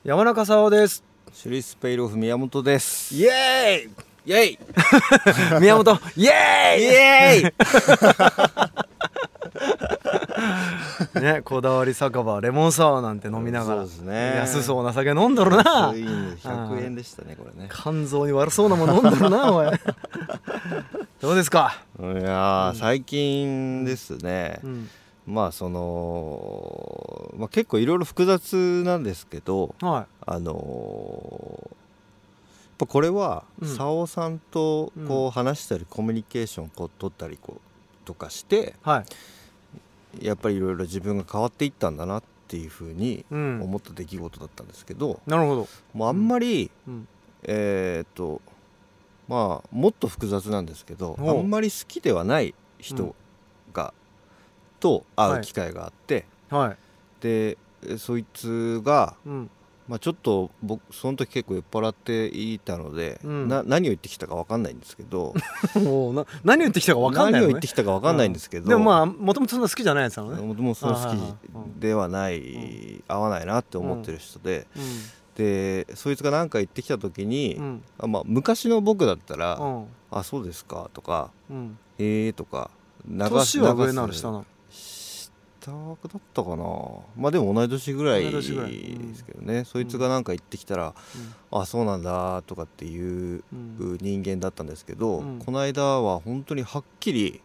山中沙央です。 シュリスペイロフ宮本です。 イエーイイエイ宮本イエーイイエーイね、こだわり酒場レモンサワーなんて飲みながら、 そうですね、 安そうな酒飲んだろな。 安いんで100円でしたね、これね。 肝臓に悪そうなもの飲んだろなおいどうですか。 いや最近ですね、まあ結構いろいろ複雑なんですけど、 はい、 やっぱこれは沙央さんとこう話したりコミュニケーションこう取ったりこうとかして、 はい、 やっぱりいろいろ自分が変わっていったんだなっていうふうに思った出来事だったんですけど、 なるほど。 もうあんまり、まあもっと複雑なんですけど、あんまり好きではない人が、と会う機会があって、 はい、 でそいつが、まあ、ちょっと僕その時結構酔っ払っていたので、何を言ってきたか分かんないんですけど何を言ってきたか分かんないのね。 何を言ってきたか分かんないんですけど、 でもまあもともとそんな好きじゃないやつなのね。 もともとその好きではない、合わないなって思ってる人で、でそいつが何か言ってきた時に、まあ、昔の僕だったら「あそうですか」とか「とか年は上なの下なの？ 下だったかな。まあでも同い年ぐらいですけどね、そいつが何か言ってきたら「あそうなんだ」とかっていう人間だったんですけど、この間は本当にはっきり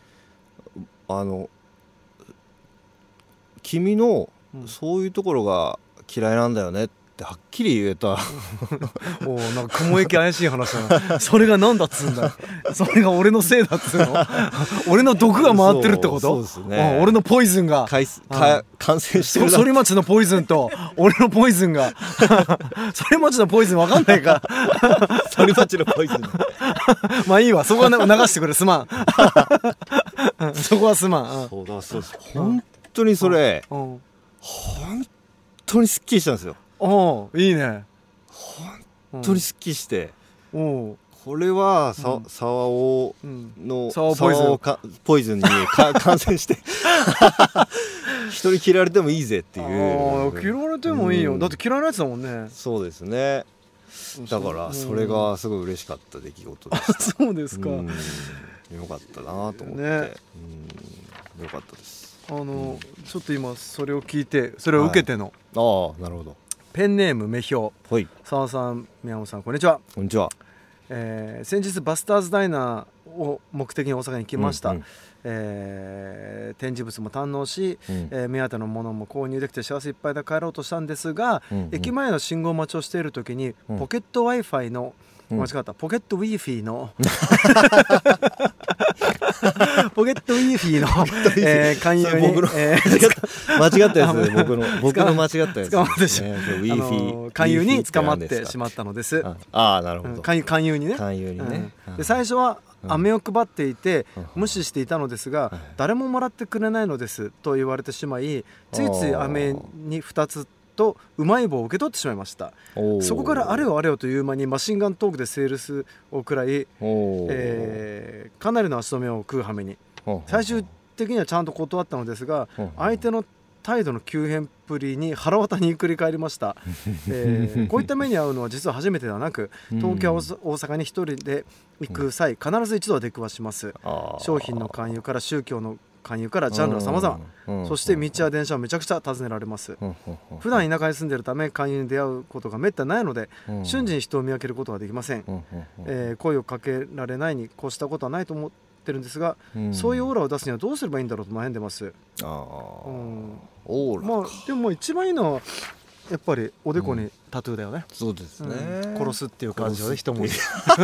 君のそういうところが嫌いなんだよねってはっきり言えたおなんか雲行き怪しい話だなそれが何だっつうんだそれが俺のせいだっつうの俺の毒が回ってるってこと？ そうですね、 俺のポイズンが感染してるな。 反町のポイズンと俺のポイズンが反町のポイズン分かんないか反町のポイズンまあいいわ、そこは流してくれ、すまんそこはすまん。 そうだそうです、本当にそれ本当にすっきりしたんですよ。 いいね、 本当にすっきりして、 これは沙央のポイズンに感染して人に嫌われてもいいぜっていう。 嫌われてもいいよ、だって嫌いなやつだもんね。 そうですね、だからそれがすごい嬉しかった出来事でした。 そうですか、 よかったなと思って、よかったです。 ちょっと今それを聞いて、それを受けての、 なるほど。 ペンネームメヒョウ、沙央さん、宮本さん、こんにちは。 こんにちは。 先日バスターズダイナーを目的に大阪に来ました。展示物も堪能し、目当てのものも購入できて幸せいっぱいで帰ろうとしたんですが、駅前の信号待ちをしている時に、ポケット Wi-Fi の間違ったポケット Wi-Fi のポケット Wi-Fi の勧誘に間違ったやつで僕の間違ったやつ勧誘に捕まってしまったのです。 なるほど。 勧誘にね。で最初は飴を配っていて無視していたのですが、誰ももらってくれないのですと言われてしまい、ついつい飴に2つとうまい棒を受け取ってしまいました。そこからあれよあれよという間にマシンガントークでセールスを食らい、かなりの足止めを食う羽目に、最終的にはちゃんと断ったのですが、相手の態度の急変っぷりに腹渡に繰り返りました。こういった目に遭うのは実は初めてではなく、東京大阪に一人で行く際必ず一度は出くわします。商品の勧誘から宗教の勧誘からジャンルは様々、そして道や電車をめちゃくちゃ尋ねられます。普段田舎に住んでいるため勧誘に出会うことがめったにないので、瞬時に人を見分けることができません。声をかけられないに越したことはないと思ってるんですが、そういうオーラを出すにはどうすればいいんだろうと悩んでます。でも一番いいのはやっぱりおでこにタトゥーだよね。 そうですね、 殺すっていう感じをね、一文字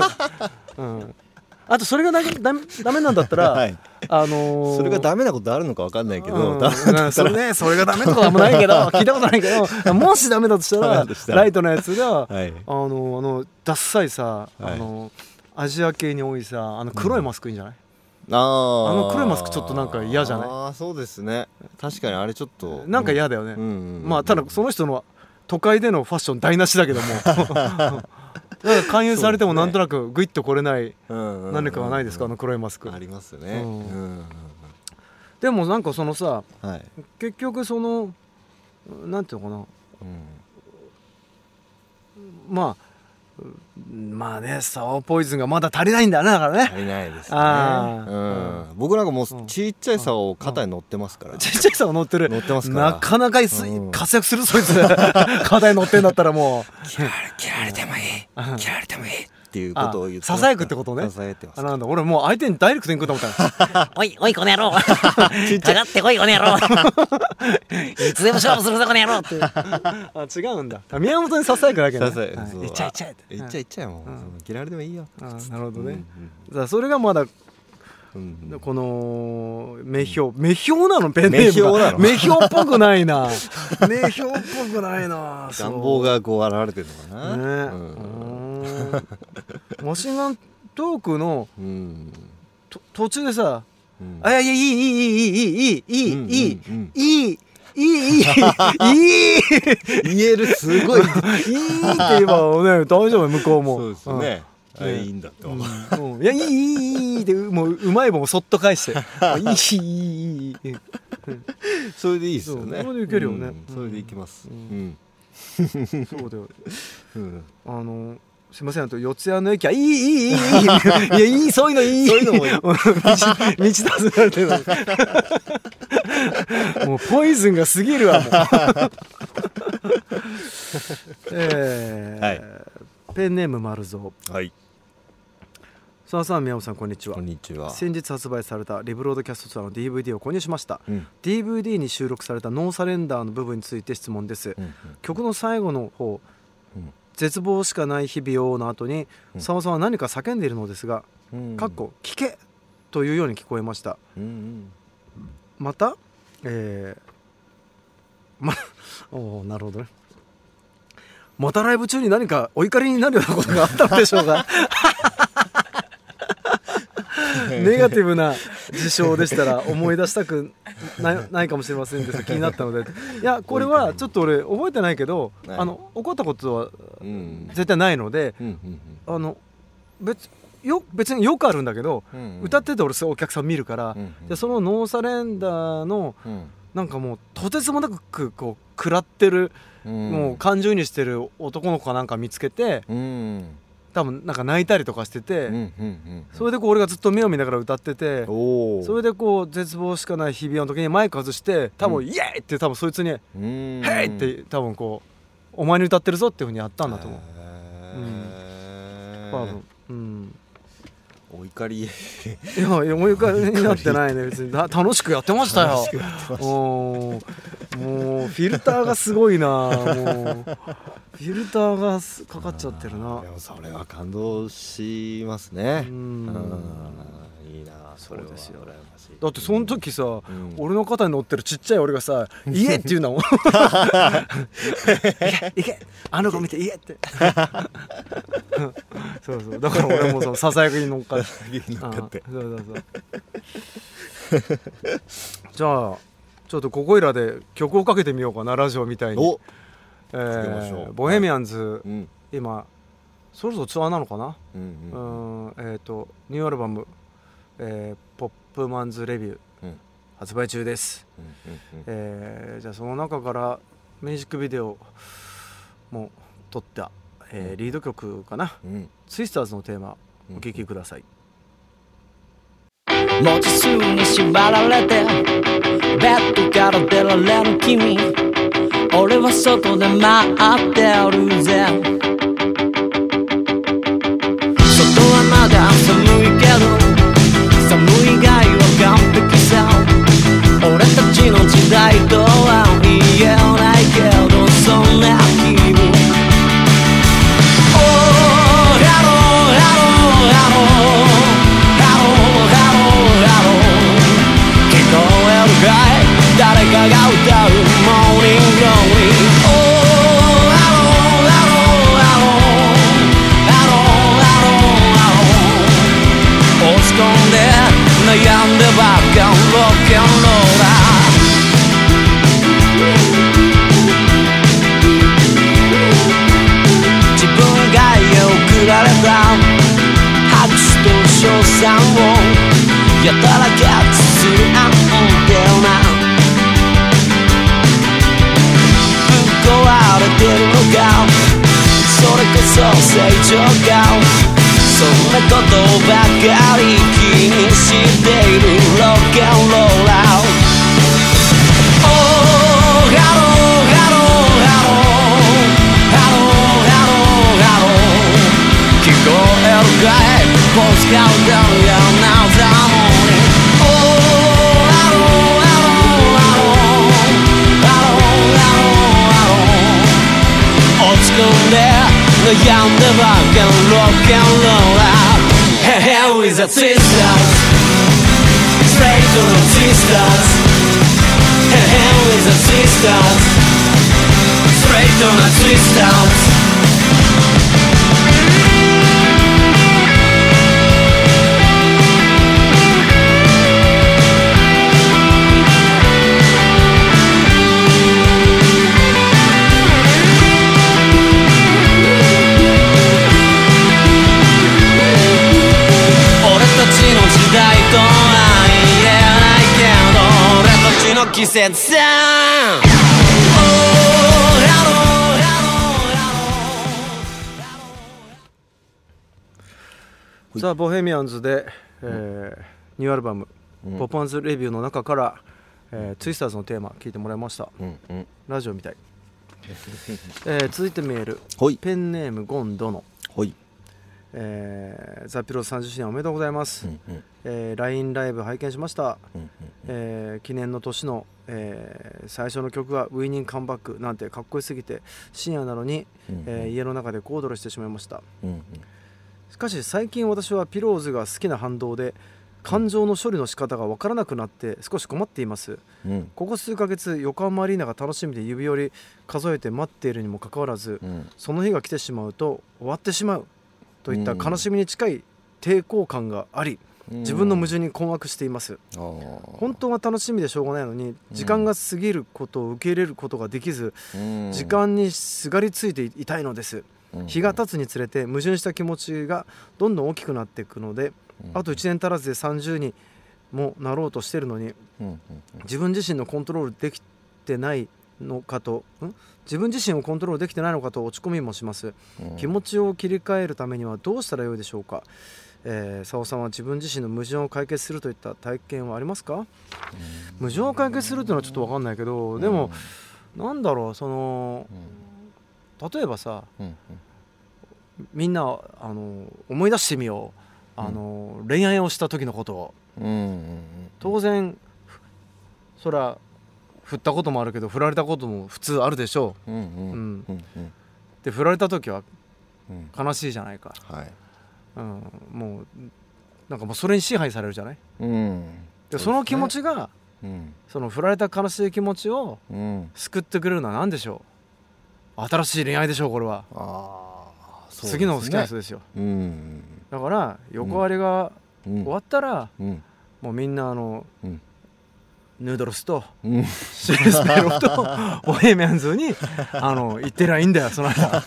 あとそれがダメなんだったら、 それがダメなことあるのか分かんないけど、 それがダメとかはもないけど聞いたことないけど、もしダメだとしたらライトのやつがダッサいさ、アジア系に多いさ黒いマスクいいんじゃない？黒いマスクちょっとなんか嫌じゃない？ そうですね、確かにあれちょっとなんか嫌だよね。まあただその人の都会でのファッション台無しだけどもなんか勧誘されてもなんとなくグイッと来れない何かはないですか？黒いマスクありますよね。 でもなんかそのさ、結局そのなんていうのかな、 まあね、サワーポイズンがまだ足りないんだね、だからね。 足りないですね。僕なんかもうちっちゃいサワーを肩に乗ってますから。 ちっちゃいサワー乗ってますから。 なかなか活躍する、そいつ。肩に乗ってんだったらもう。 切られてもいい。切られてもいい。っていうことを言ってささやくってことね。 ささやいてます。 なんだ、俺もう相手にダイレクトに行くと思ったの。 おいこの野郎。かかってこいこの野郎。いつでも勝負するぞこの野郎って。 違うんだ。宮本にささやくだけね。 いっちゃいっちゃい。いっちゃいもう。切られてもいいよ。 なるほどね。それがまだこの目標なの、ペンネームが目標っぽくないな。目標っぽくないな。 願望がこう現れてるのかな。 マシンガントークの途中でさ、いやいい言える、すごいいいって言えばね、大丈夫、向こうも。 そうですね。いいんだと。 いや、いいってもううまい棒もそっと返していいそれでいいですよね。 それでいけるよね。 それでいきます。 そうだよ。すいません、四谷の駅はいいや、いい、そういうのいい、そういうのもいい。道尋ねられてる。もうポイズンが過ぎるわ、もう。ペンネーム丸蔵。 はい。 澤さん、宮本さん、こんにちは。 こんにちは。 先日発売されたリブロードキャストツアーの DVD を購入しました。DVD に収録されたノーサレンダーの部分について質問です。曲の最後の方、絶望しかない日々をの後に澤さんは何か叫んでいるのですが、かっこ聞けというように聞こえました。また、なるほどね。またライブ中に何かお怒りになるようなことがあったのでしょうか。ネガティブな事象でしたら思い出したくないかもしれませんですが、気になったので。いや、これはちょっと俺覚えてないけど、怒ったことは絶対ないので、別によくあるんだけど、歌ってて俺お客さん見るから、そのノーサレンダーのなんかもうとてつもなくこう食らってる、もう感情移入してる男の子かなんか見つけて、多分なんか泣いたりとかしてて、それでこう俺がずっと目を見ながら歌ってて、それでこう絶望しかない日々の時にマイク外して、多分イエーイって多分そいつに「ヘイ!」って多分こうお前に歌ってるぞっていうふうにやったんだと思う。多分お怒り。 いや、お怒りになってないね、別に。楽しくやってましたよ。もうフィルターがすごいな。もうフィルターがかかっちゃってるな。 でもそれは感動しますね。いいな、それは。 だってその時さ、俺の肩に乗ってるちっちゃい俺がさ「言え!」って言うんだもん。行けあの子見て言えって。そうだから俺もささやくに乗っかって。じゃあちょっとここいらで曲をかけてみようかな、ラジオみたいに。ボヘミアンズ、今そろそろツアーなのかな。ニューアルバムポップマンズレビュー発売中です。じゃあその中からミュージックビデオも撮った、リード曲かな、ツイスターズのテーマお聴きください。 文字数に縛られてベッドから出られる君、俺は外で待ってるぜ。外はまだ寒いけど寒い以外は完璧さ。俺たちの時代とは言えないけどそんな気分。Oh, hello, hello, hello, hello, hello, hello 聞こえるかい誰かが歌う Morning Glory。 Oh, hello, hello, hello, hello, hello 落ち込んで悩んでばっかロックンローラー。自分が送られた拍手と称賛をやたらゲッツするあんでよな。ぶっことばかり気にしているロックンローラーPostcard down now the morning. Oh, hello, hello, hello, hello, hello. 落ち込んで悩んでばっかのロックンローラー Here is a sisters Straight to the sisters Here is a sisters Straight to the sisters季節さあボヘミアンズで、ニューアルバム、ポップアンズレビューの中から、ツイスターズのテーマ聞いてもらいました、ラジオみたい、続いてメール、ペンネームゴンドノ、ザ・ピローズ30周年おめでとうございます、LINE ライブ拝見しました、記念の年の、最初の曲がウィニングカムバックなんてかっこよすぎて深夜なのに、家の中でコードルしてしまいました、しかし最近私はピローズが好きな反動で感情の処理の仕方が分からなくなって少し困っています、ここ数ヶ月横浜アリーナが楽しみで指折り数えて待っているにもかかわらず、その日が来てしまうと終わってしまうといった悲しみに近い抵抗感があり、自分の矛盾に困惑しています、本当は楽しみでしょうがないのに時間が過ぎることを受け入れることができず、時間にすがりついていたいのです、日が経つにつれて矛盾した気持ちがどんどん大きくなっていくので、あと1年足らずで30にもなろうとしているのに、自分自身のコントロールできてないのかと自分自身をコントロールできてないのかと落ち込みもします、気持ちを切り替えるためにはどうしたらよいでしょうか。澤さんは自分自身の矛盾を解決するといった体験はありますか。矛盾を解決するというのはちょっと分かんないけど、でもなんだろう、その例えばさ、みんな思い出してみよう、恋愛をした時のことを、当然それは振ったこともあるけど振られたことも普通あるでしょう。で振られた時は悲しいじゃないか、もうなんかもうそれに支配されるじゃない、でその気持ちが、その振られた悲しい気持ちを救ってくれるのは何でしょう。新しい恋愛でしょう。これは次の好きな人ですよ、だから横割りが終わったら、もうみんなヌードルスとシルスペロフとボヘミアンズに行ってりゃいいんだよその間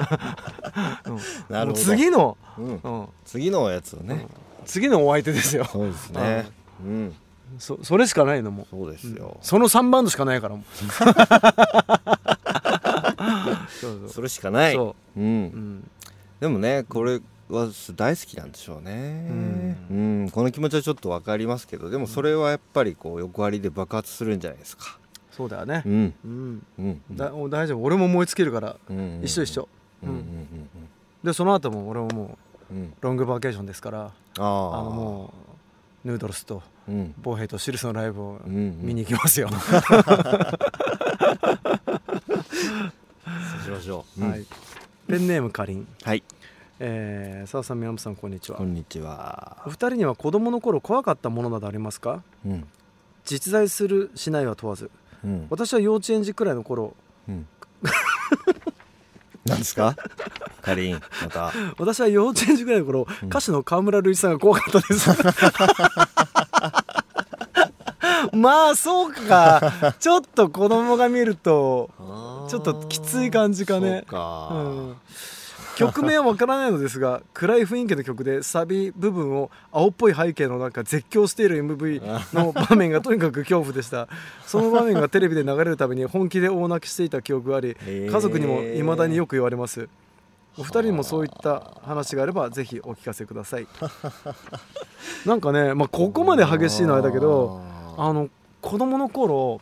なるほど。 次の、 次のやつをね、 次のお相手ですよ。 そうですね、 それしかないのも。 そうですよ、 その3バンドしかないからもそれしかない。 そう、 でもね、これは大好きなんでしょうね、この気持ちはちょっと分かりますけど、でもそれはやっぱりこう横割りで爆発するんじゃないですか。 そうだよね、大丈夫、俺も燃え尽きるから、一緒一緒、でその後も俺ももう、ロングバケーションですから、もうヌードルスと、ボヘイとシルスのライブを見に行きますよ、そうしましょう、 ペンネームかりん、澤さん、宮本さん、こんにちは。 こんにちは。 お二人には子供の頃怖かったものなどありますか。実在するしないは問わず、私は幼稚園児くらいの頃、 何ですかかりん、また。 私は幼稚園児くらいの頃、歌手の河村隆一さんが怖かったですまあそうか、ちょっと子供が見るとちょっときつい感じかね。曲名はわからないのですが、暗い雰囲気の曲でサビ部分を青っぽい背景の中絶叫している MV の場面がとにかく恐怖でした。その場面がテレビで流れるたびに本気で大泣きしていた記憶があり、家族にも未だによく言われます。 お二人にもそういった話があればぜひお聞かせください。なんかね、ここまで激しいのはあれだけど、子供の頃、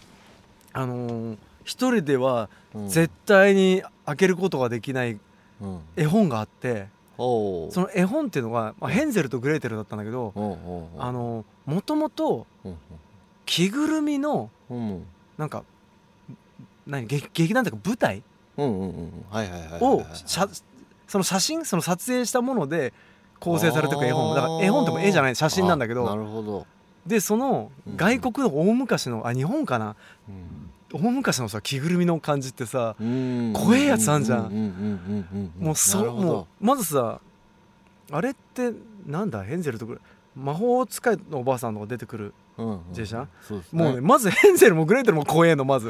一人では絶対に開けることができない絵本があって、その絵本っていうのが、ヘンゼルとグレーテルだったんだけど、もともと着ぐるみのなんか劇団というか舞台をその写真、その撮影したもので構成されていく絵本だから、絵本っても絵じゃない写真なんだけど、 なるほど。 でその外国の大昔の日本かな、大昔のさ着ぐるみの感じってさ怖えやつあんじゃん。もうまずさ、あれってなんだ、ヘンゼルと魔法使いのおばあさんのが出てくるでしょ。もうね、まずヘンゼルもグレーテルも怖えの、まず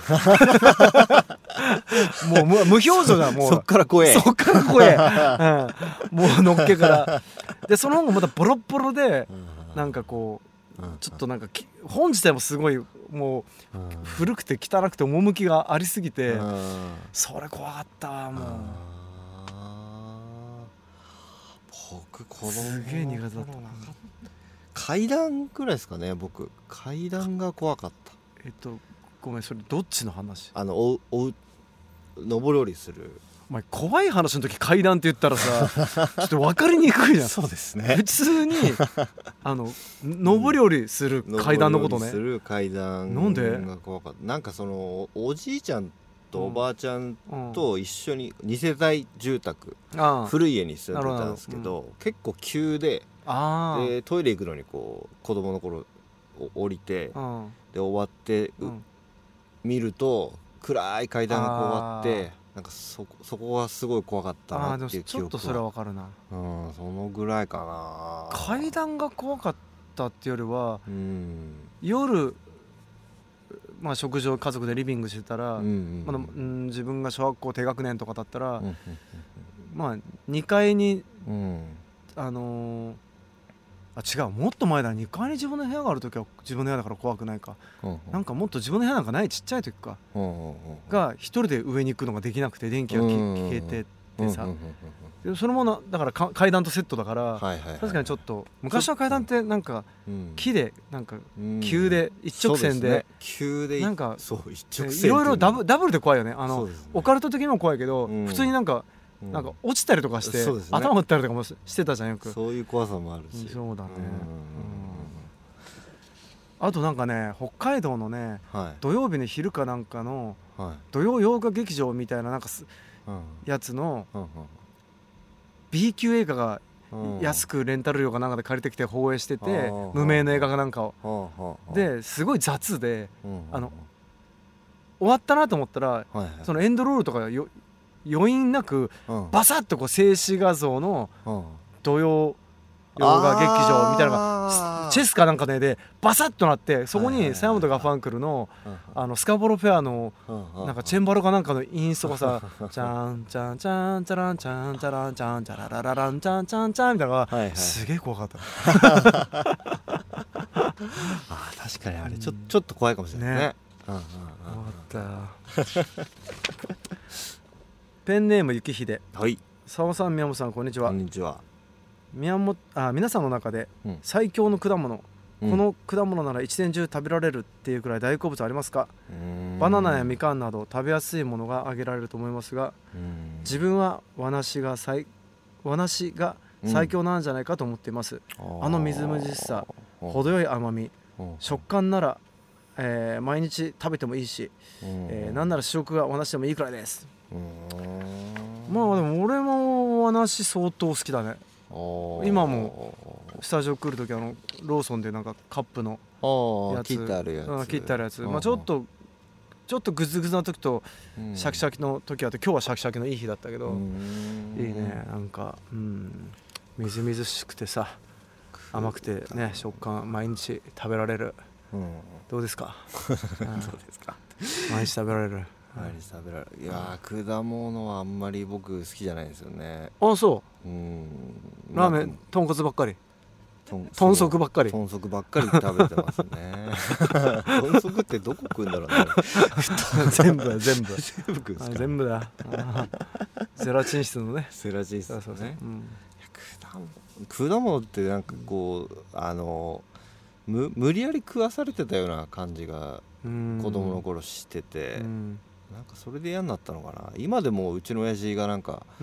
もう無表情じゃん。もうそっから怖え、 もうのっけからで、その本がまたボロッボロで、なんかこうちょっとなんか本自体もすごいもう古くて汚くて趣がありすぎて、それ怖かったわ。もう僕子供すげえ苦手だったな。 階段くらいですかね。僕階段が怖かった。 ごめん、それどっちの話？ 上り下りする。 お前怖い話の時階段って言ったらさちょっと分かりにくいじゃん。 そうですね。 普通に上り下りする階段のことね。 上り下りする階段なんでが怖かった。なんかそのおじいちゃんとおばあちゃんと一緒に2世帯住宅、古い家に住んでたんですけど、結構急で、トイレ行くのにこう子供の頃降りて、で終わって見ると暗い階段がこうあって、なんかそこがすごい怖かったなっていう記憶は。 ちょっとそれは分かるな。 そのぐらいかな。 階段が怖かったっていうよりは、夜食事を家族でリビングしてたら、自分が小学校低学年とかだったら、2階に違う、もっと前だ。2階に自分の部屋がある時は自分の部屋だから怖くないか。なんかもっと自分の部屋なんかないちっちゃい時かが一人で上に行くのができなくて、電気が消えてってさ、それもだから階段とセットだから、確かにちょっと昔の階段ってなんか木でなんか急で一直線で、なんかいろいろダブルで怖いよね。オカルト的にも怖いけど、普通になんか落ちたりとかして、頭打ったりとかもしてたじゃん、よく。 そういう怖さもあるし。 そうだね。あとなんかね、北海道のね、土曜日の昼かなんかの土曜洋画劇場みたいななんかやつの B 級映画が安くレンタル料かなんかで借りてきて放映してて、無名の映画かなんかをですごい雑で、終わったなと思ったらそのエンドロールとか余韻なくバサッとこう静止画像の土曜洋画劇場みたいなのがチェスかなんかでバサッとなって、そこに佐山本ガファンクルのスカボロフェアのなんかチェンバロかなんかのインストがさチャンチャンチャンチャランチャンチャランチャンチャラララランチャンチャンチャンみたいなのがすげえ怖かった。 確かにあれちょっと怖いかもしれないね。 怖かった。ペンネームゆきひで。澤尾さん、宮本さん、こんにちは。 こんにちは。 皆さんの中で最強の果物、この果物なら一年中食べられるっていうくらい大好物ありますか？バナナやみかんなど食べやすいものが挙げられると思いますが、自分は和梨が最強なんじゃないかと思っています。みずみずしさ、程よい甘み、食感なら、毎日食べてもいいし、なんなら試食が和梨でもいいくらいです。でも俺も和梨相当好きだね。今もスタジオ来るときローソンでなんかカップのやつ切ってあるやつ、 ちょっとグズグズな時とシャキシャキの時は今日はシャキシャキのいい日だったけど、いいね。なんかみずみずしくてさ、甘くてね、食感毎日食べられる。どうですか？毎日食べられる。 いや果物はあんまり僕好きじゃないんですよね。 そう。ラーメン豚骨ばっかり。 豚足ばっかり豚足ばっかり食べてますね豚足ってどこ食うんだろうね全部全部食うんですか。 全部だゼラチン質のねゼラチン質ですね。 果果物ってなんかこう無理やり食わされてたような感じが子供の頃してて、なんかそれで嫌になったのかな。今でもうちの親父がなんか、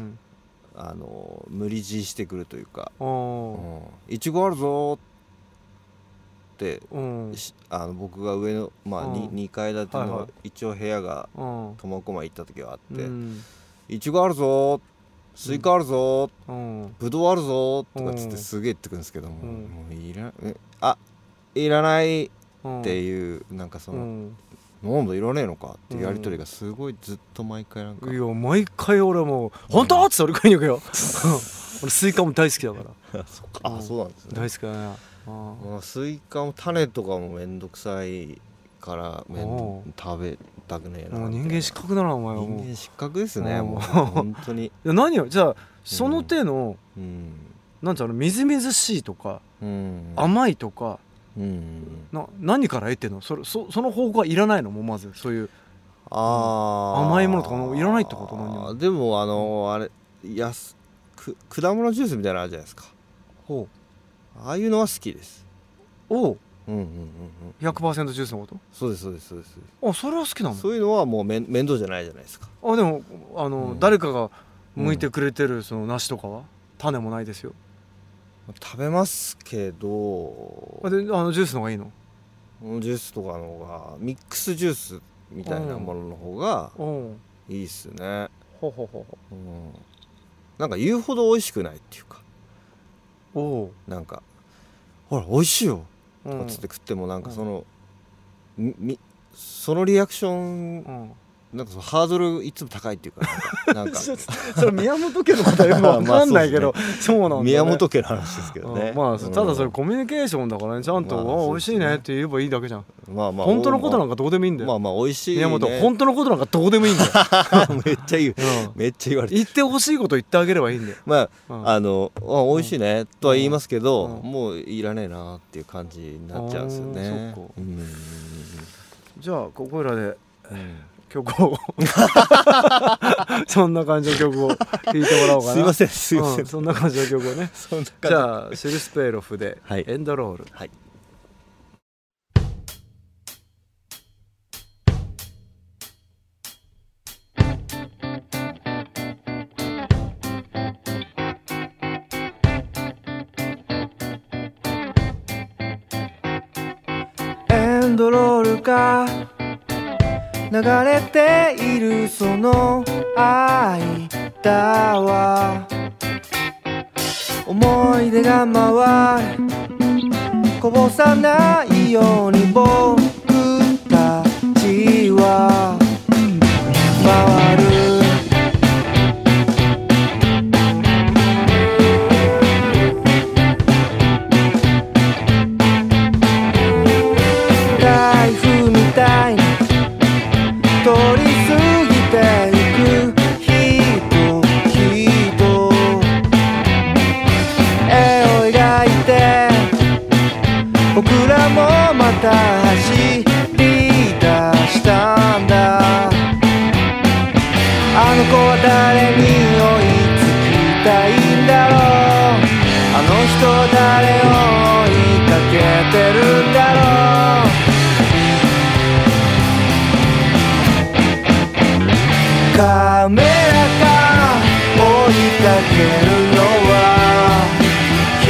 無理強いしてくるというか、いちごあるぞって、僕が上の、2階建ての一応部屋が苫小牧行った時はあって、いちごあるぞ、スイカあるぞ、ぶどうあるぞとかっつってすげえ言ってくるんですけども、もういらないっていう、なんかその、なんだいらねえのかっていうやり取りがすごいずっと毎回なんか、 いや毎回俺もう本当って俺食いに行くよ俺スイカも大好きだからそっか、そうなんですね。 大好きだね。 スイカも種とかもめんどくさいから食べたくねえな。 もう人間失格だなお前は。もう人間失格ですね、もう本当に。いや何よじゃあその手の、なんていうのみずみずしいとか、甘いとか、何から得てんの？その方向はいらないの？もうまずそういう甘いものとかもいらないってこと？何でもあれ果物ジュースみたいなのあるじゃないですか。ああいうのは好きです。 100% ジュースのこと？ そうですそうですそうです。 それは好きなの？ そういうのはもう面倒じゃないじゃないですか。 でも誰かが剥いてくれてるその梨とかは種もないですよ。 食べますけど、 でジュースの方がいいの？ ジュースとかの方がミックスジュースみたいなものの方がいいっすね。なんか言うほど美味しくないっていうか、なんかほら美味しいよとかつって食ってもなんかそのリアクション、なんかそのハードルいつも高いっていうか、なんかそれ宮本家のことはよく分かんないけど、そうなんだね。 宮本家の話ですけどね。 ただそれコミュニケーションだからね、ちゃんと美味しいねって言えばいいだけじゃん。本当のことなんかどうでもいいんだよ。 美味しいね。 宮本本当のことなんかどうでもいいんだよ。 めっちゃ言う、めっちゃ言われて。 言ってほしいこと言ってあげればいいんだよ。 美味しいねとは言いますけど、もういらねえなっていう感じになっちゃうんですよね。 じゃあここらで曲をそんな感じの曲を聴いてもらおうかな。 すいませんすいません、 そんな感じの曲をね。じゃあシルスペーロフでエンドロール。エンドロールか流れているその間は思い出が回るこぼさないように僕たちは回る。台風みたいに通り過ぎてゆく人絵を描いて僕らもまた走り出したんだ。あの子は誰に追いつきたいんだろう。あの人は誰を追いかけてるんだろう。カメラが追いかけるのは人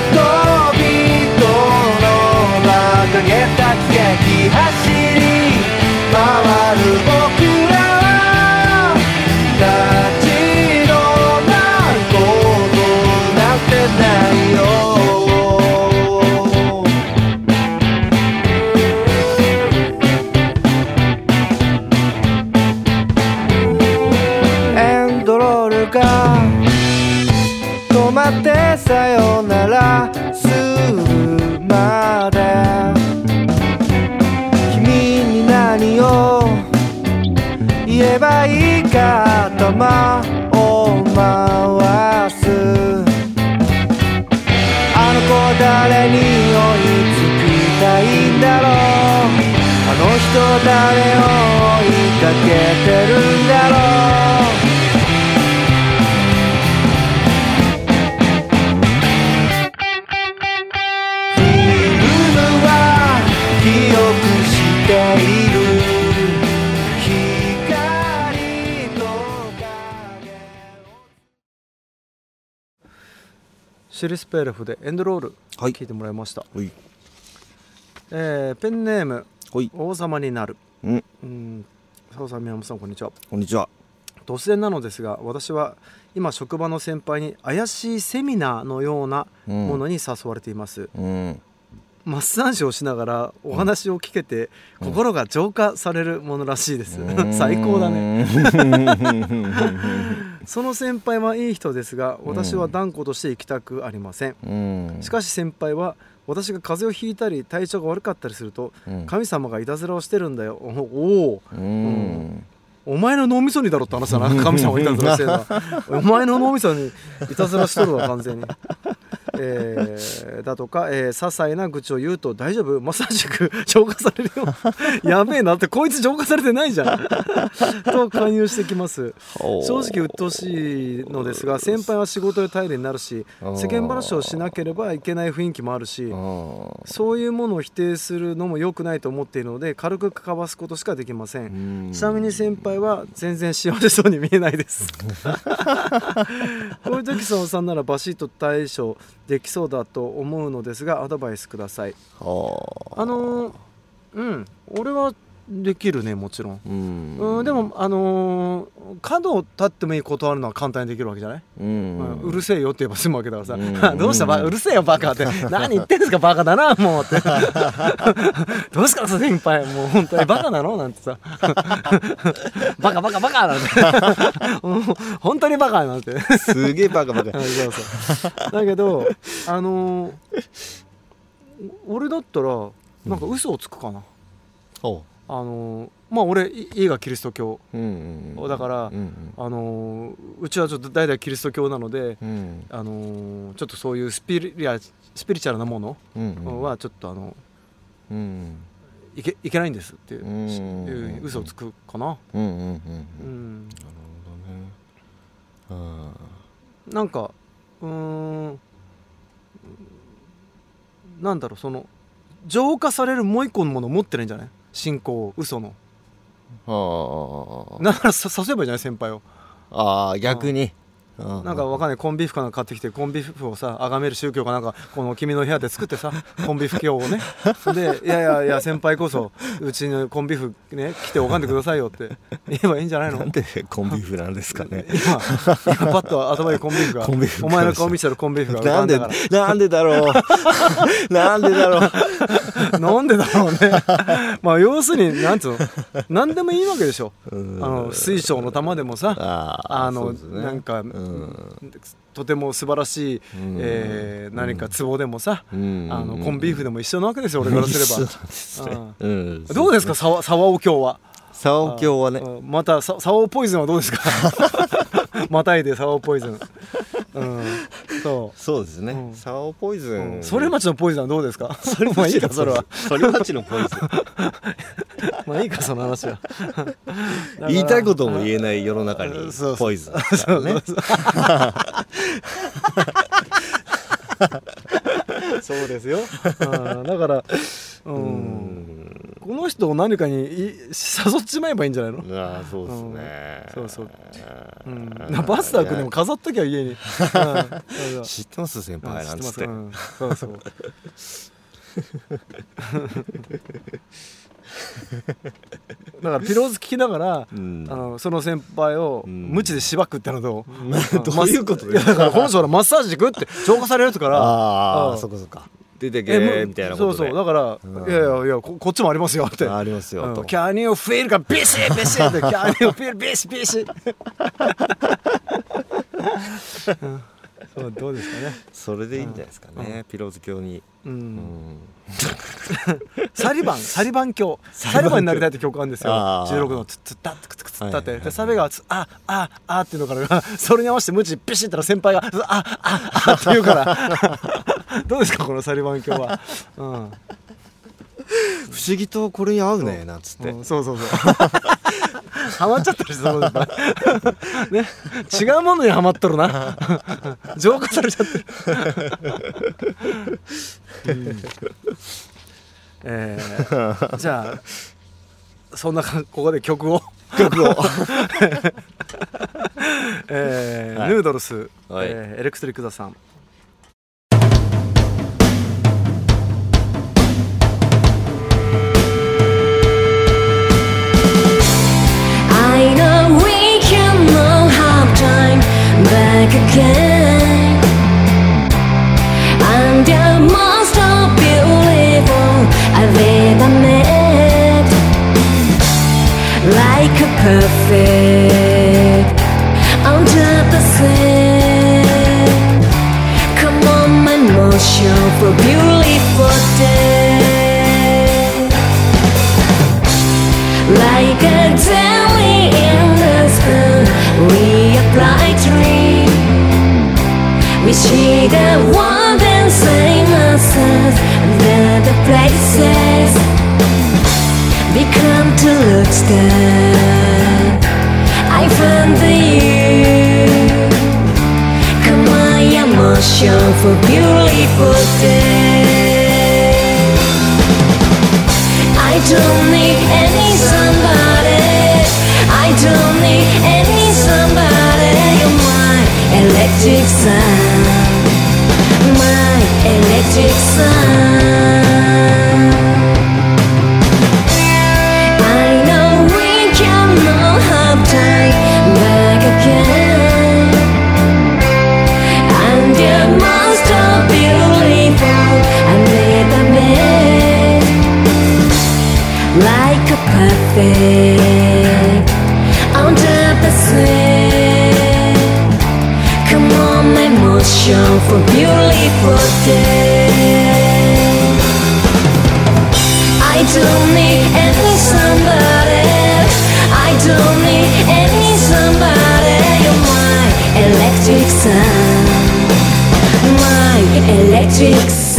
々の馬鹿げた激走り回る僕らは立ち止まることなんてないよ。止まってさよならするまで君に何を言えばいいか頭を回す。あの子誰に追いつきたいんだろう、あの人誰を追いかけてるんだろう。フィルムは記憶している、光と影。 シリスペレフでエンドロール聞いてもらいました。ペンネーム王様になる。澤さん、宮本さん、こんにちは。 こんにちは。 突然なのですが、私は今職場の先輩に怪しいセミナーのようなものに誘われています。マッサージをしながらお話を聞けて、心が浄化されるものらしいです。最高だね。その先輩はいい人ですが、私は断固として行きたくありません。しかし先輩は、私が風邪をひいたり体調が悪かったりすると、神様がいたずらをしてるんだよ。お前の脳みそにだろって話だな。神様がいたずらしてるな。お前の脳みそにいたずらしとるわ完全に。だとか、些細な愚痴を言うと、大丈夫？マッサージ浄化されるよ。やべえなって、こいつ浄化されてないじゃんと勧誘してきます。正直鬱陶しいのですが、先輩は仕事で頼りになるし、世間話をしなければいけない雰囲気もあるし、そういうものを否定するのも良くないと思っているので、軽くかわすことしかできません。ちなみに先輩は全然幸せそうに見えないですこういう時、澤さんならバシッと対処できそうだと思うのですが、アドバイスください。俺はできるね、もちろん。でも角を立ってもいい断るのは簡単にできるわけじゃない。うるせえよって言えば済むわけだからさ。どうした、うるせえよバカって何言ってんですかバカだなもうってどうすか先輩、もう本当にバカなのなんてさバカバカバカなんて本当にバカなんてすげえバカバカそうそうだけど俺だったらなんか嘘をつくかな。俺家がキリスト教だから、うちはちょっと代々キリスト教なので、ちょっとそういうスピリチュアルなものはちょっといけないんですっていう嘘をつくかな。なるほどね。なんかなんだろう、その浄化されるもう一個のものを持ってないんじゃない？信仰、嘘の。だから誘えばいいじゃない先輩を。 逆になんかわかんない、コンビーフかなんか買ってきて、コンビーフをさ崇める宗教かなんかこの君の部屋で作ってさコンビーフ教をねで、いや先輩こそうちのコンビーフね来て拝んでくださいよって言えばいいんじゃないの。 なんでコンビーフなんですかね。 今パッと頭にコンビーフがお前の顔見せたらコンビーフが浮かんだからなんでだろうなんでだろうなんでだろうねまあ要するになんつうの、何でもいいわけでしょ。水晶の玉でもさ、なんかとても素晴らしい、何か壺でもさ、コンビーフでも一緒なわけですよ俺からすれば。どうですか沢尾教は。 沢尾教はね、 また沢尾ポイズンはどうですかまたいで沢尾ポイズン。そうですね。 沢尾ポイズン。 反町のポイズンはどうですか。それもいいか、それは。 反町のポイズン。 まあいいかその話は。 言いたいことも言えない世の中にポイズン。 そうですよ。だからこの人を何かに誘っちまえばいいんじゃないの。 そうですね。 そう。バスター君でも飾っときゃ家に。 知ってます先輩なんつって。 そう。だからピローズ聞きながら、その先輩を無知でしばくってのどう？ どういうことですか。だからこの人はマッサージ行くって浄化されるから。 そっか。出てけみたいなことで。 そうだからいやこっちもありますよって。 ありますよと。 キャニオフィールがビシッビシッってキャニオフィールビシッビシッ。 どうですかね。 それでいいんじゃないですかね、ピローズ教に。 サリバン教、サリバンになりたいって曲あるんですよ。16のツッツッタッツッツッタってでサビがあっていうのからそれに合わせてムチピシッたら先輩があって言うからどうですかこのサリバン教は。不思議とこれに合うねなんつって、 そうハマっちゃったりするね、違うものにハマっとるな浄化されちゃってる、じゃあそんなここで曲をヌードルス、エレクトリックザさん。 Back again, and you're most beautiful I've ever met, like a perfect under the sun. Come on, my motion for beautiful day, like a jelly in the spoon. We apply dream. We see the world and same as us. Then the places become to look stand. I found you. Come on, emotion for beautiful day. I don't need any somebody. I don't need any somebody. You're my electric sun, my electric sun. I know we cannot have time back again, and you're most beautiful and never met, like a perfect under the sun. Come on, emotion for beautiful day. I don't need any somebody. I don't need any somebody. You're my electric sun, my electric sun.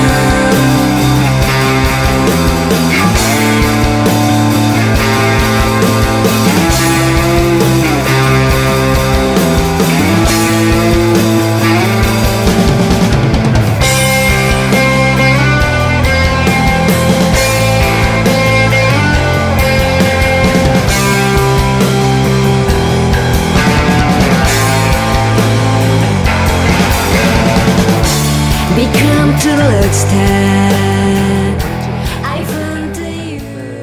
Become to look stand. I found you.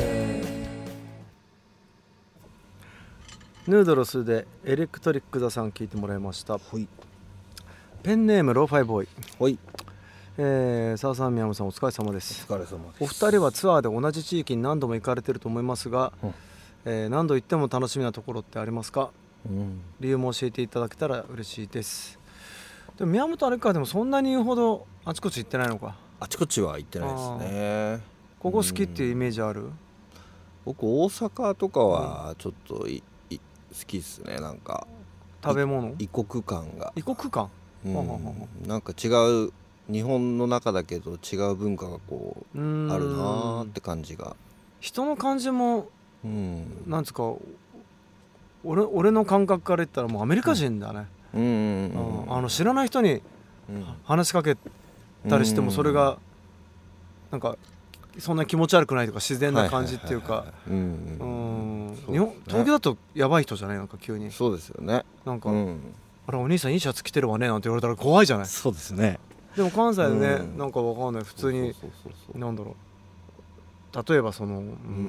ヌードロスでエレクトリックザさん聞いてもらいました。ペンネームローファイボーイ。澤さん、宮本さん、お疲れ様です。 お疲れ様です。 お二人はツアーで同じ地域に何度も行かれていると思いますが、何度行っても楽しみなところってありますか？理由も教えていただけたら嬉しいです。でも宮本あれか、でもそんなに言うほどあちこち行ってないのか。 あちこちは行ってないですね。 ここ好きっていうイメージある？ 僕大阪とかはちょっと好きですね。なんか食べ物、 異国感が、なんか違う、日本の中だけど違う文化がこうあるなって感じが。 人の感じも、なんつうか、俺の感覚から言ったらもうアメリカ人だね。知らない人に話しかけたりしてもそれがなんかそんな気持ち悪くないとか自然な感じっていうか、東京だとやばい人じゃない？なんか急に。 そうですよね。 なんか、あれお兄さんいいシャツ着てるわねなんて言われたら怖いじゃない？ そうですね。 でも関西でね、なんかわかんない、普通になんだろう、例えばその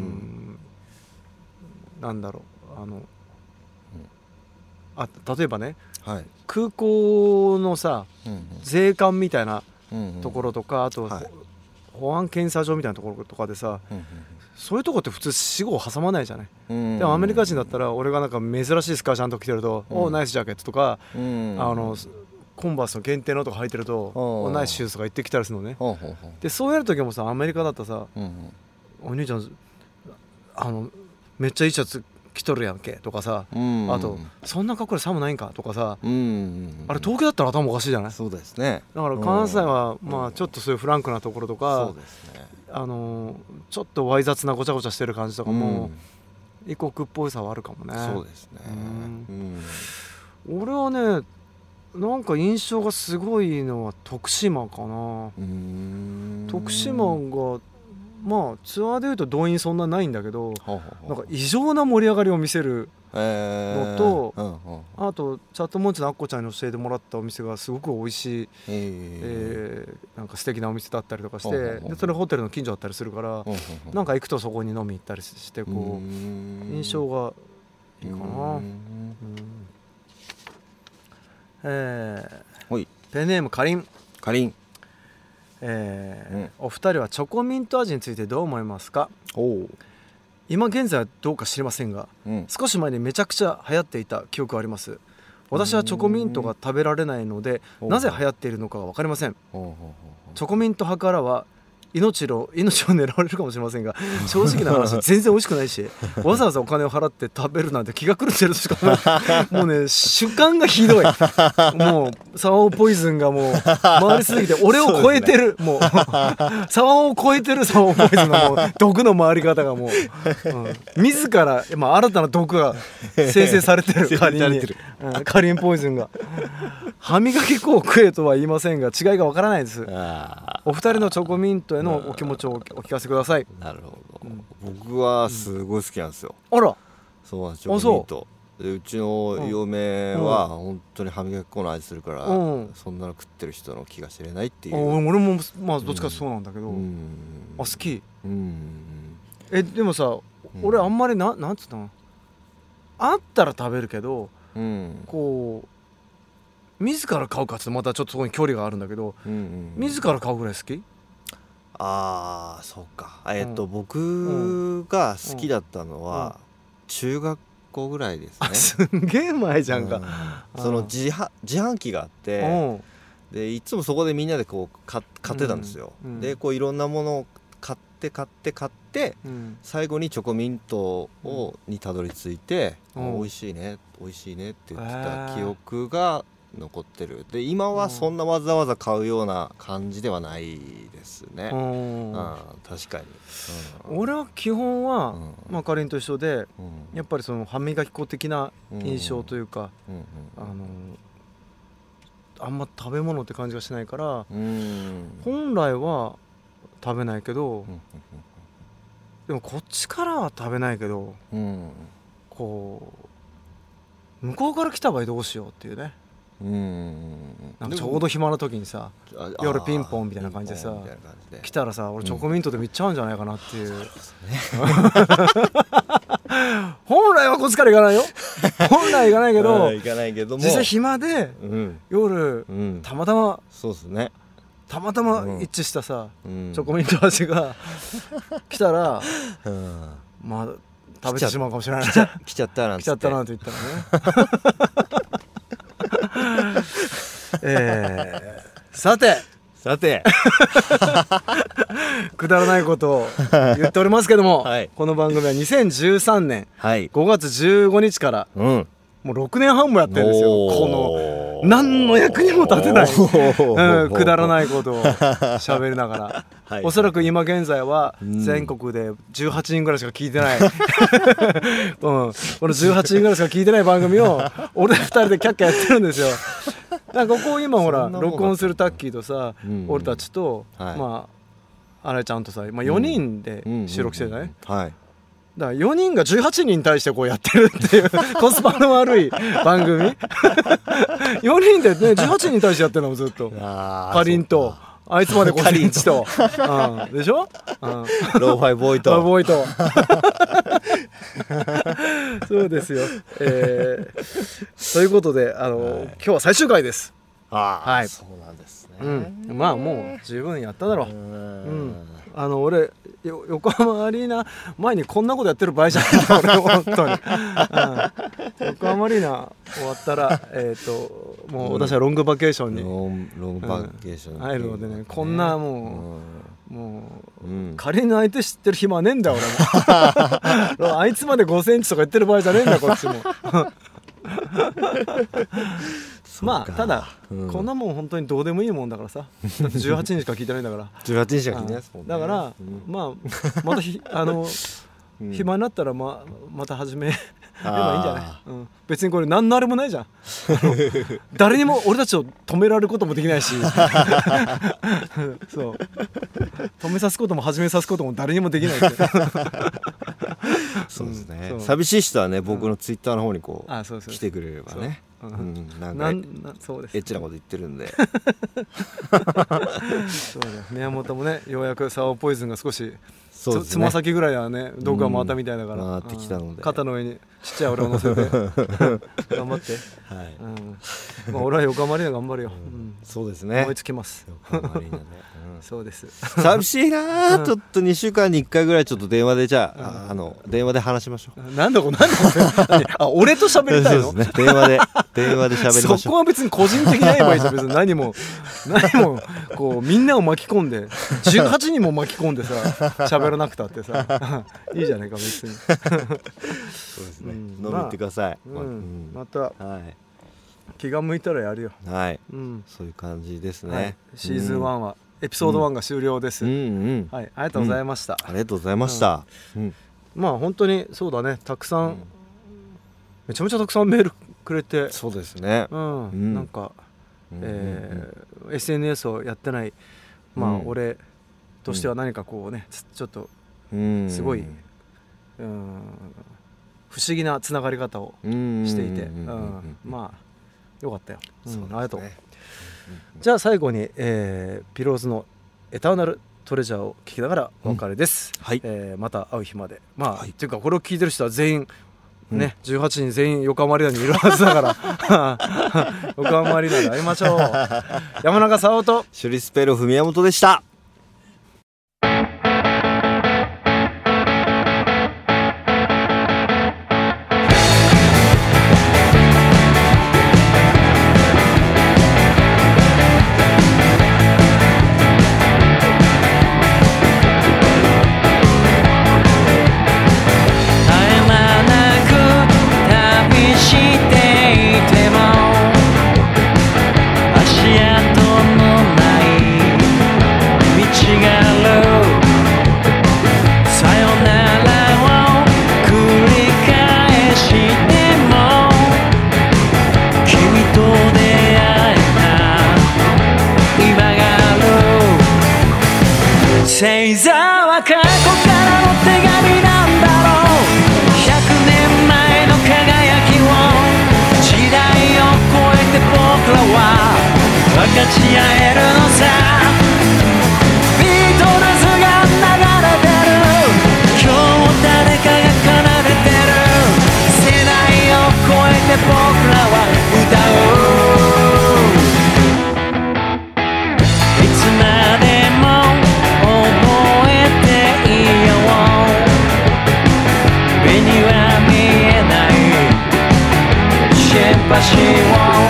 なんだろう、例えばね、空港のさ、税関みたいなところとか、あと、保安検査場みたいなところとかでさ、そういうとこって普通死後を挟まないじゃない。でもアメリカ人だったら俺がなんか珍しいスカーちゃんと着てると、おナイスジャケットとか、 コンバースの限定のとか履いてるとナイスシューズとか行ってきたりするのね。でそうやる時もさアメリカだったらさ、お兄ちゃんめっちゃいいシャツ着とるやんけとかさ、あとそんな格好で寒ないんかとかさ、あれ東京だったら頭おかしいじゃない。 そうですね。 だから関西はまあちょっとそういうフランクなところとか、 そうですね、 ちょっとわい雑なごちゃごちゃしてる感じとかも異国っぽいさはあるかもね。 そうですね。 俺はねなんか印象がすごいのは徳島かな。徳島がまあツアーでいうと動員そんなないんだけど、なんか異常な盛り上がりを見せるのと、あとチャットモンチのアッコちゃんに教えてもらったお店がすごく美味しい、なんか素敵なお店だったりとかして、でそれホテルの近所だったりするから、なんか行くとそこに飲み行ったりしてこう印象がいいかな。ペンネームかりん。お二人はチョコミント味についてどう思いますか。今現在はどうか知りませんが、少し前にめちゃくちゃ流行っていた記憶があります。私はチョコミントが食べられないのでなぜ流行っているのかは分かりません。チョコミント派からは命を狙われるかもしれませんが、正直な話全然美味しくないし、わざわざお金を払って食べるなんて気が狂ってるとしかない。もうね主観がひどい。もうサワオポイズンがもう回りすぎて俺を超えてる、もうサワオを超えてるサワオポイズンのもう毒の回り方がもう、自ら、新たな毒が生成されてる。カリンポイズンが歯磨き粉を食えとは言いませんが違いがわからないです。お二人のチョコミントへのお気持ちをお聞かせください。 なるほど、僕はすごい好きなんですよ。 あら、 そうなんです。チョコミントでうちの嫁は本当に歯磨き粉の味するから、そんなの食ってる人の気が知れないっていう。 俺もまあどっちかそうなんだけど、好き。でもさ、俺あんまりなんつったの、あったら食べるけど、こう自ら買うかってまたちょっとそこに距離があるんだけど、自ら買うぐらい好き。 そうか。僕が好きだったのは中学校ぐらいですね。 すんげえ前じゃんか。 その自販機があって、でいつもそこでみんなでこう買ってたんですよ。でこういろんなものを買って最後にチョコミントにたどり着いて、美味しいねって言ってた記憶が残ってる。で今はそんなわざわざ買うような感じではないですね。確かに。 俺は基本はかりんと一緒で、やっぱりその歯磨き粉的な印象というか、あんま食べ物って感じがしないから、本来は食べないけど、でもこっちからは食べないけど、こう向こうから来た場合どうしようっていうね。なんかちょうど暇な時にさ、夜ピンポンみたいな感じでさ来たらさ、俺チョコミントでもいっちゃうんじゃないかなっていう。本来はこっちから行かないよ。本来行かないけど実際暇で夜たまたま一致したさチョコミント味が来たら、まあ食べてしまうかもしれない。 来ちゃったなんて言ったらね。 さてくだらないことを言っておりますけども、この番組は2013年5月15日から、もう6年半もやってるんですよ。この何の役にも立てないくだらないことを喋りながら、おそらく今現在は全国で18人ぐらいしか聞いてない、この18人ぐらいしか聞いてない番組を俺2人でキャッキャやってるんですよ。なんかここ今ほら録音するタッキーとさ、俺たちと新井ちゃんとさ、4人で収録してるじゃない。だから4人が18人に対してこうやってるっていうコスパの悪い番組。4人でね18人に対してやってるのもずっとかりんとあいつまでこりんちとでしょ、 ローファイボーイとそうですよ。ということで今日は最終回です。 そうなんですね。 まあもう十分やっただろう。俺横浜アリーナ前にこんなことやってる場合じゃないんだ俺本当に、横浜アリーナ終わったらもう私はロングバケーションにロングバケーション、 入るのでね、こんなもう、仮に相手知ってる暇はねえんだよ俺もあいつまで5センチとか言ってる場合じゃねえんだこっちもまあただ、こんなもん本当にどうでもいいもんだからさ、だって18人しか聞いてないんだから 18人しか聞いてないですもんね。 だから、まあまた暇になったらまた始めればいいんじゃない、別にこれ何のあれもないじゃん誰にも俺たちを止められることもできないしそう止めさすことも始めさすことも誰にもできないってそうですね、寂しい人はね僕のツイッターの方にこう来てくれればね、なんかそうです、 エッチなこと言ってるんでそうね、宮本もねようやくサワーポイズンが少しつま先ぐらいはね毒が回ったみたいだから、 回ってきたので肩の上にちっちゃい俺を乗せて頑張って、はい、まあ俺は横浜アリーナ頑張るよ、 そうですね、 追いつきます横浜アリーナで、 そうです寂しいな、ちょっと2週間に1回ぐらいちょっと電話でじゃあ、電話で話しましょう。 なんだ俺と喋りたいの？ そうですね、電話で喋りましょう。 そこは別に個人的にやればいいじゃん、別に何もこうみんなを巻き込んで18人も巻き込んでさ喋らなくたってさいいじゃないか別にそうですね、飲み行ってください、 また気が向いたらやるよ。 はい、そういう感じですね。 シーズン1はエピソード1が終了です。はい、ありがとうございました。 ありがとうございました。 まあ本当にそうだね、たくさんめちゃめちゃたくさんメールくれて、 そうですね。 なんか SNS をやってないまあ俺としては何かこうねちょっとすごい不思議なつながり方をしていて、まあよかったよ。ありがとう。じゃあ最後にピローズのエターナルトレジャーを聴きながらお別れです。また会う日まで。まあっていうかこれを聴いてる人は全員ね、18人全員横浜アリーナにいるはずだから横浜アリーナで会いましょう。山中沙央とシュリスペロフ宮本でした。 星座は過去からの手紙なんだろう。100年前の輝きを時代を超えて僕らは分かち合えるのさ。ビートルズが流れてる、今日誰かが奏でてる。世代を超えて僕らは歌う。いつまでも目には見えないシンパシーを